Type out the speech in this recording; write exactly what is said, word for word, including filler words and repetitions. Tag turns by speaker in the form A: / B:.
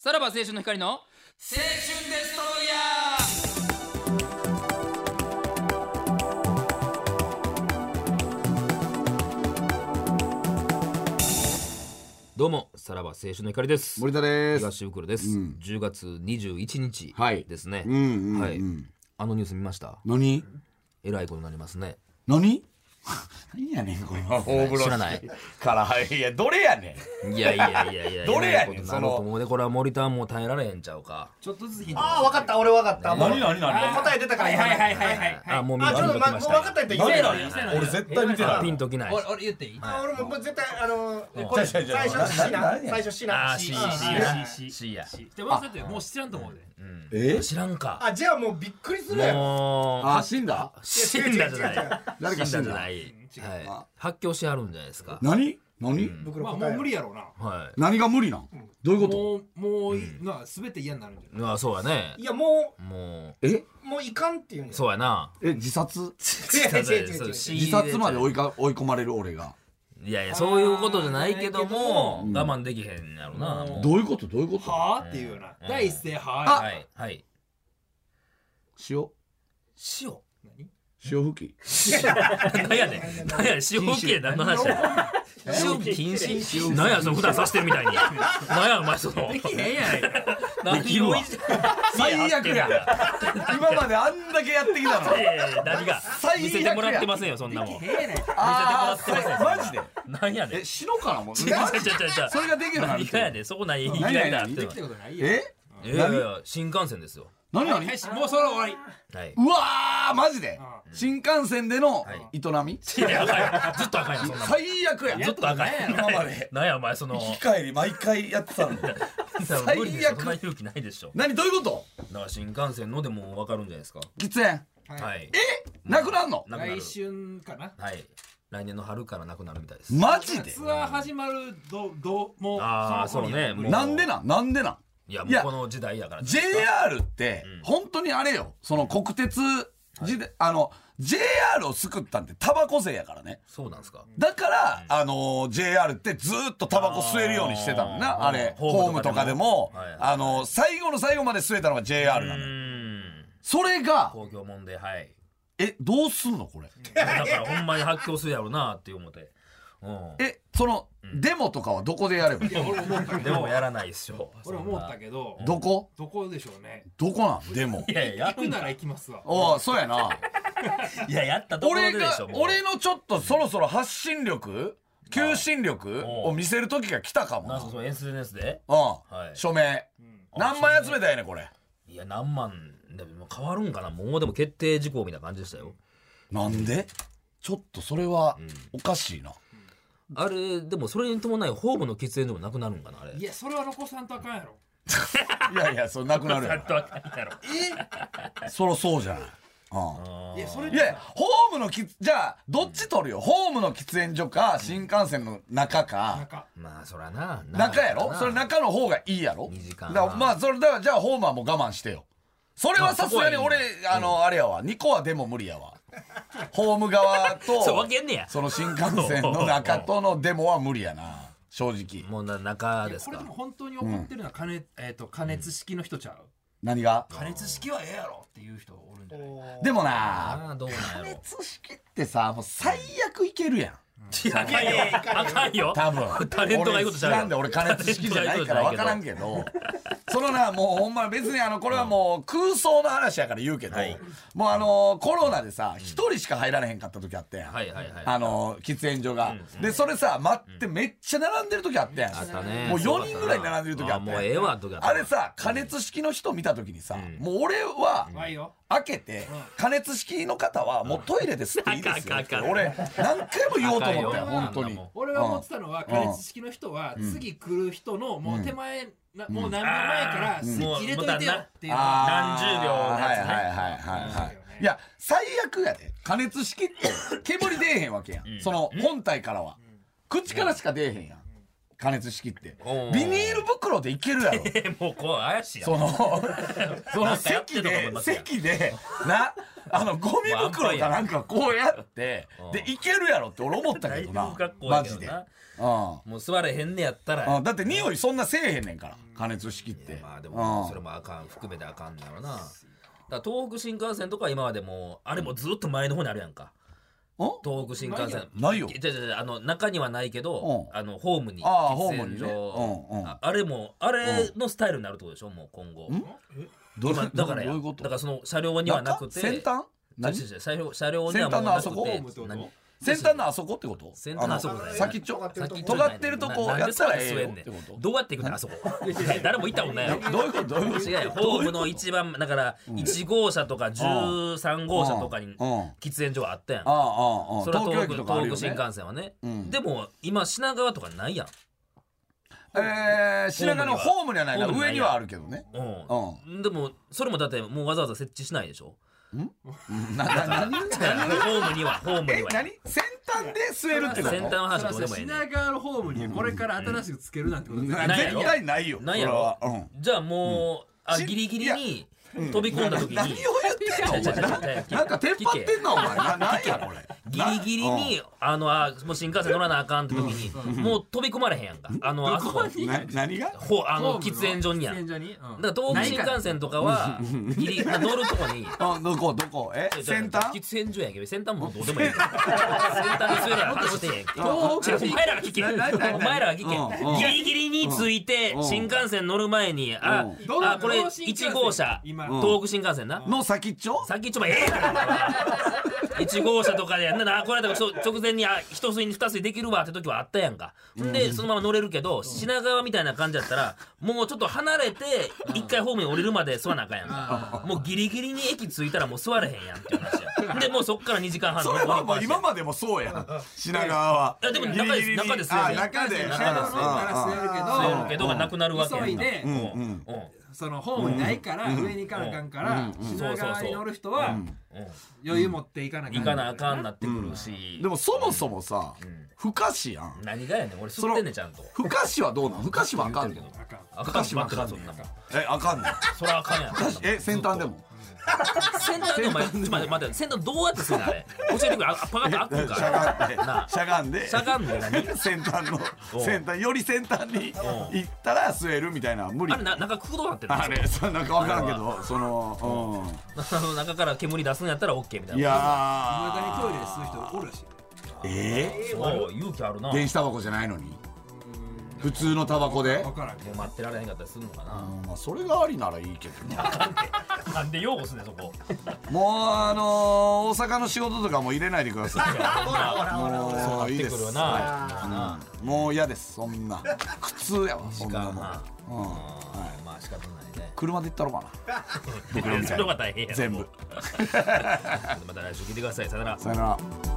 A: さらば青春の光の青春デストロイヤー。どうもさらば青春の光です。
B: 森田です。
A: 東袋です、うん、じゅうがつにじゅういちにちですね。
B: はい、うんうんうん、
A: はい、あのニュース見ました？
B: 何？
A: えらいことになりますね。
B: 何？何やねんこれ。大
A: 風呂知らない
B: からいやどれやね
A: ん。いやいやいやいや
B: どれやねん。
A: そのもうねこれは森田はもう耐えられへんちゃうか。
C: ちょっとずつヒント。
B: ああ分かった俺分かった。
C: 何何何？
B: 答え出たから。
C: はいはいはいはい。
A: あもう見
B: あちょっともう分かったって言えろ。
C: 俺
B: 絶対見てない。
A: ピンときない。
C: 俺俺言っていい？
B: 俺も絶対あのこれ最初しな最初しな。
A: あ C C C や。
C: でもだってもう知らんと思うで。
A: え知らんか。
B: あじゃあもうびっくりするやん。
A: あ
B: 死んだ？
A: 死んだじゃない。
B: 誰か死んだ
A: じゃない。はい。発狂してあるんじゃないですか。
B: 何？何？
C: まあもう無理やろうな。
A: はい。
B: 何が無理なん？どういうこと？
C: もうもうな全て嫌になるんじゃない？
A: あそうやね。
B: いやもう
A: もう
B: えもういかんっていうんや。
A: そうやな。
B: え自殺？自殺まで追いか追い込まれる俺が。
A: いやいやそういうことじゃないけども我慢できへんやろな。
B: どういうことどういうこと？
C: はあっていうような。第一声は
A: あはいはい。
B: 塩
C: 塩何？
B: 潮吹き。
A: 何やねん。何やねん。潮吹き何の話や。潮吹き禁止。何やその普段さしてるみたいに。何やお前その。
C: できへんやないか。
A: 何を
B: 最悪や。今まであんだけやってきたの。
A: 何が見せてもらってませんよそんなもん。見せてもらってません。
B: マジで。
A: 何やねん。
B: え死のかなもう。
A: 違う違う違う。
B: それができるの。
A: 何がやねん。そこない言い切られたって。
B: え？
A: いやいや新幹線ですよ。
C: 何何？もうそれ終わり。
A: はい。
B: うわーマジで新幹線での営み？
A: いやあかんずっとあかんやんそんな。
B: 最悪や。
A: ずっとあかんやん
B: 今まで。
A: 何やお前その。
B: 行き帰り毎回やってたのに。
A: 最悪。そんな勇気ないでしょ。
B: 何どういうこと？
A: だから新幹線のでも分かるんじゃないですか。
B: 喫煙。
A: はい。
B: え？なくなるの？
C: 来春かな。
A: はい。来年の春からなくなるみたいです。
B: マジで？
C: ツアー始まるどどもう
A: ああそうね。
B: なんでなんなんでなん？
A: いやもうこの時代やから。
B: ジェイアール って本当にあれよ。その国鉄時代あの ジェイアール を救ったんってタバコ税やからね。
A: そうなんですか。
B: だからあの ジェイアール ってずっとタバコ吸えるようにしてたもんな。あれホームとかでもあの最後の最後まで吸えたのが ジェイアール なのよ。それが
A: 公共問題はい。
B: えどうすんのこれ？
A: だからほんまに発狂するやろなって思って。
B: えそのデモとかはどこでやればいい？
A: でもやらないっしょ。
C: 俺思ったけど。
B: どこ？
C: どこでしょうね。
B: どこなんデモ？
A: いやいや
C: 行くなら行きますわ。
B: おおそうやな。
A: いややったところででしょ。
B: 俺のちょっとそろそろ発信力求心力を見せる時が来たかも。
A: なんかその エスエヌエス で？
B: うん署名何枚集めたやねんこれ。
A: いや何万でも変わるんかな。もうでも決定事項みたいな感じでしたよ。
B: なんで？ちょっとそれはおかしいな。
A: あれでもそれに伴いホームの喫煙でもなくなるんかなあれ。
C: いやそれは残さんとあかんやろ。
B: いやいやそれなくなるやろ。えそろそうじゃない。
C: いやそれ
B: いやホームのきじゃあどっち取るよ。ホームの喫煙所か新幹線の中か。
A: まあそらな
B: 中やろ。それ中の方がいいやろ。
A: にじかん
B: だからまあそれだからじゃあホームはもう我慢してよ。それはさすがに俺あのあれやわにこはでも無理やわ。ホーム側と
A: そう分けんねや。
B: その新幹線の中とのデモは無理やな正直。
A: もうな中ですか。
C: これでも本当に怒ってるのは加熱、えっと加熱式の人ちゃう。
B: 何が？
C: 加熱式はええやろっていう人おるんじゃない。
B: でもな
A: あどうなんやろ。
B: 加熱式ってさもう最悪いけるやん。
A: いやあかんよあかんよ。
B: 多分
A: タレントが言うことちゃうよ。
B: 俺知らんで俺加熱式じゃないから分からんけどそのなもうほんま別にあのこれはもう空想の話やから言うけど、はい、もうあのコロナでさ一人しか入られへんかった時あったやん。はいはいはい。あの喫煙所が、うん、でそれさ待ってめっちゃ並んでる時あったやん。あったね。もうよにんぐらい並んでる時あったやん。
A: もうええわ時あった。
B: あれさ加熱式の人見た時にさ、うん、もう俺は、うん開けて加熱式の方はもうトイレで吸っていいですよって俺何回も言おうと思ったよ本当に。
C: 俺が思ってたのは加熱式の人は次来る人のもう手前もう何秒前からスイッチ入れといてよっていう
A: 何十秒の
B: やつね。はいはいはいはいいや最悪やで加熱式って煙出えへんわけやんその本体からは口からしか出えへんやん加熱式ってビニール袋でいけるやろ。
A: もうこう怪しいやん。
B: そのその席で席でなあのゴミ袋かなんかこうやってでいけるやろって俺思ったけどなマジで。
A: もう座れへんねやったら
B: だって匂いそんなせえへんねんから加熱しきって。
A: まあでもそれもあかん含めてあかんだろうな。だから東北新幹線とか今までもあれもずっと前の方にあるやんか。東北新幹線
B: ないよ。
A: じゃじゃあの中にはないけど、あのホームに
B: 喫煙
A: 所あれもあれのスタイルになるってことでしょもう今後。今だからやだからその車両にはなくて
B: 先端？
A: 何？車両車両にはもうなくて
B: 何？先端のあそこってこと？
A: 先端のあそこだよ。
B: 先っちょ尖ってるとこやったらええよってこと？
A: どうやって行くのあそこ？誰も行ったもんないよ。
B: どういうこと？どういうこと？
A: 違うよ。ホームの一番だからいち号車とかじゅうさん号車とかに喫煙所があったやん。それは東北東北新幹線はね。でも今品川とかないやん。
B: えー、品川のホームにはないな。上にはあるけどね。
A: うん。でもそれもだってもうわざわざ設置しないでしょ。
B: ん？なな何？
A: ホームにはホームには。
B: え、何？先端で吸えるってこと？
A: 先端の話はどうでもいいね。
C: 品川のホームにこれから新しくつけるなんてこと
B: 絶対ないよ。
A: ないやろ。じゃあもうあギリギリに飛び込んだ時に
B: 何を言ってんのお前。なんかテンパってんのお前。何やこれ。
A: ギリギリにあのあもう新幹線乗らなあかんって時にもう飛び込まれへんやんか。あのあそこ
B: 何が？
A: ほあの喫煙所にや。だから東北新幹線とかはギリ乗るとこに。
B: どこどこ？え先端？
A: 喫煙所やけど先端もどうでもいい。先端に座る話してへん。お前らが聞け。お前らが聞け。ギリギリについて新幹線乗る前にああこれいち号車東北新幹線な
B: の先っちょ？
A: 先っちょもええから。いち号車とかでやんなこれだから直前にあ一吸いに二吸いできるわって時はあったやんか。でそのまま乗れるけど品川みたいな感じだったらもうちょっと離れて一回ホームに降りるまで座らなあかんやんか。もうギリギリに駅着いたらもう座れへんやんっていう話や。でもうそっからにじかんはんの
B: それはもう今までもそうやん品川は。
A: いやでも中で中で吸えるやん。
B: 中で
C: 吸えるけど
A: 吸えるけどがなくなるわけやん。
C: 急いでそのホームにないから上に行かなあかんから品川に乗る人は余裕持って行かなあかん
A: 行かなあかんなってくるし。
B: でもそもそもさ不可視やん。
A: 何がやねん俺吸ってんねんちゃんと。
B: 不可視はどうなん？不可視はあかんの？
A: あかんしまってかんそんなもん。
B: えあかんねん。
A: そらあかんやん。
B: え先端でも？
A: 先端でお前ちょっと待って待って先端どうやってするのあれ教えてくれ。あパカッと開くんか
B: しゃがんでしゃがんで
A: しゃがんで何
B: 先端の先端より先端に行ったら吸えるみたいな無理。
A: あれな中空洞なってる
B: あれそなんか分からんけどその
A: うん中から煙出すんやったら OK みたいな。
B: いや
C: ー中にトイレで吸う人おるらしい。
B: え
A: えそう勇気あるな。
B: 電子タバコじゃないのに普通のタバコで
C: 分からんけど
A: 待ってられへんかったりするのかな。
B: まあそれがありならいいけどね。
A: なんで擁護すんねんそこ。
B: もうあの大阪の仕事とかも入れないでください。もういいです。もう嫌ですそんな苦痛やわそんなもん。ま
A: あ仕方ないね。
B: 車で行ったろかな。
A: それは大変や。
B: 全部。
A: また来週聞いてください。さよなら。
B: さよなら。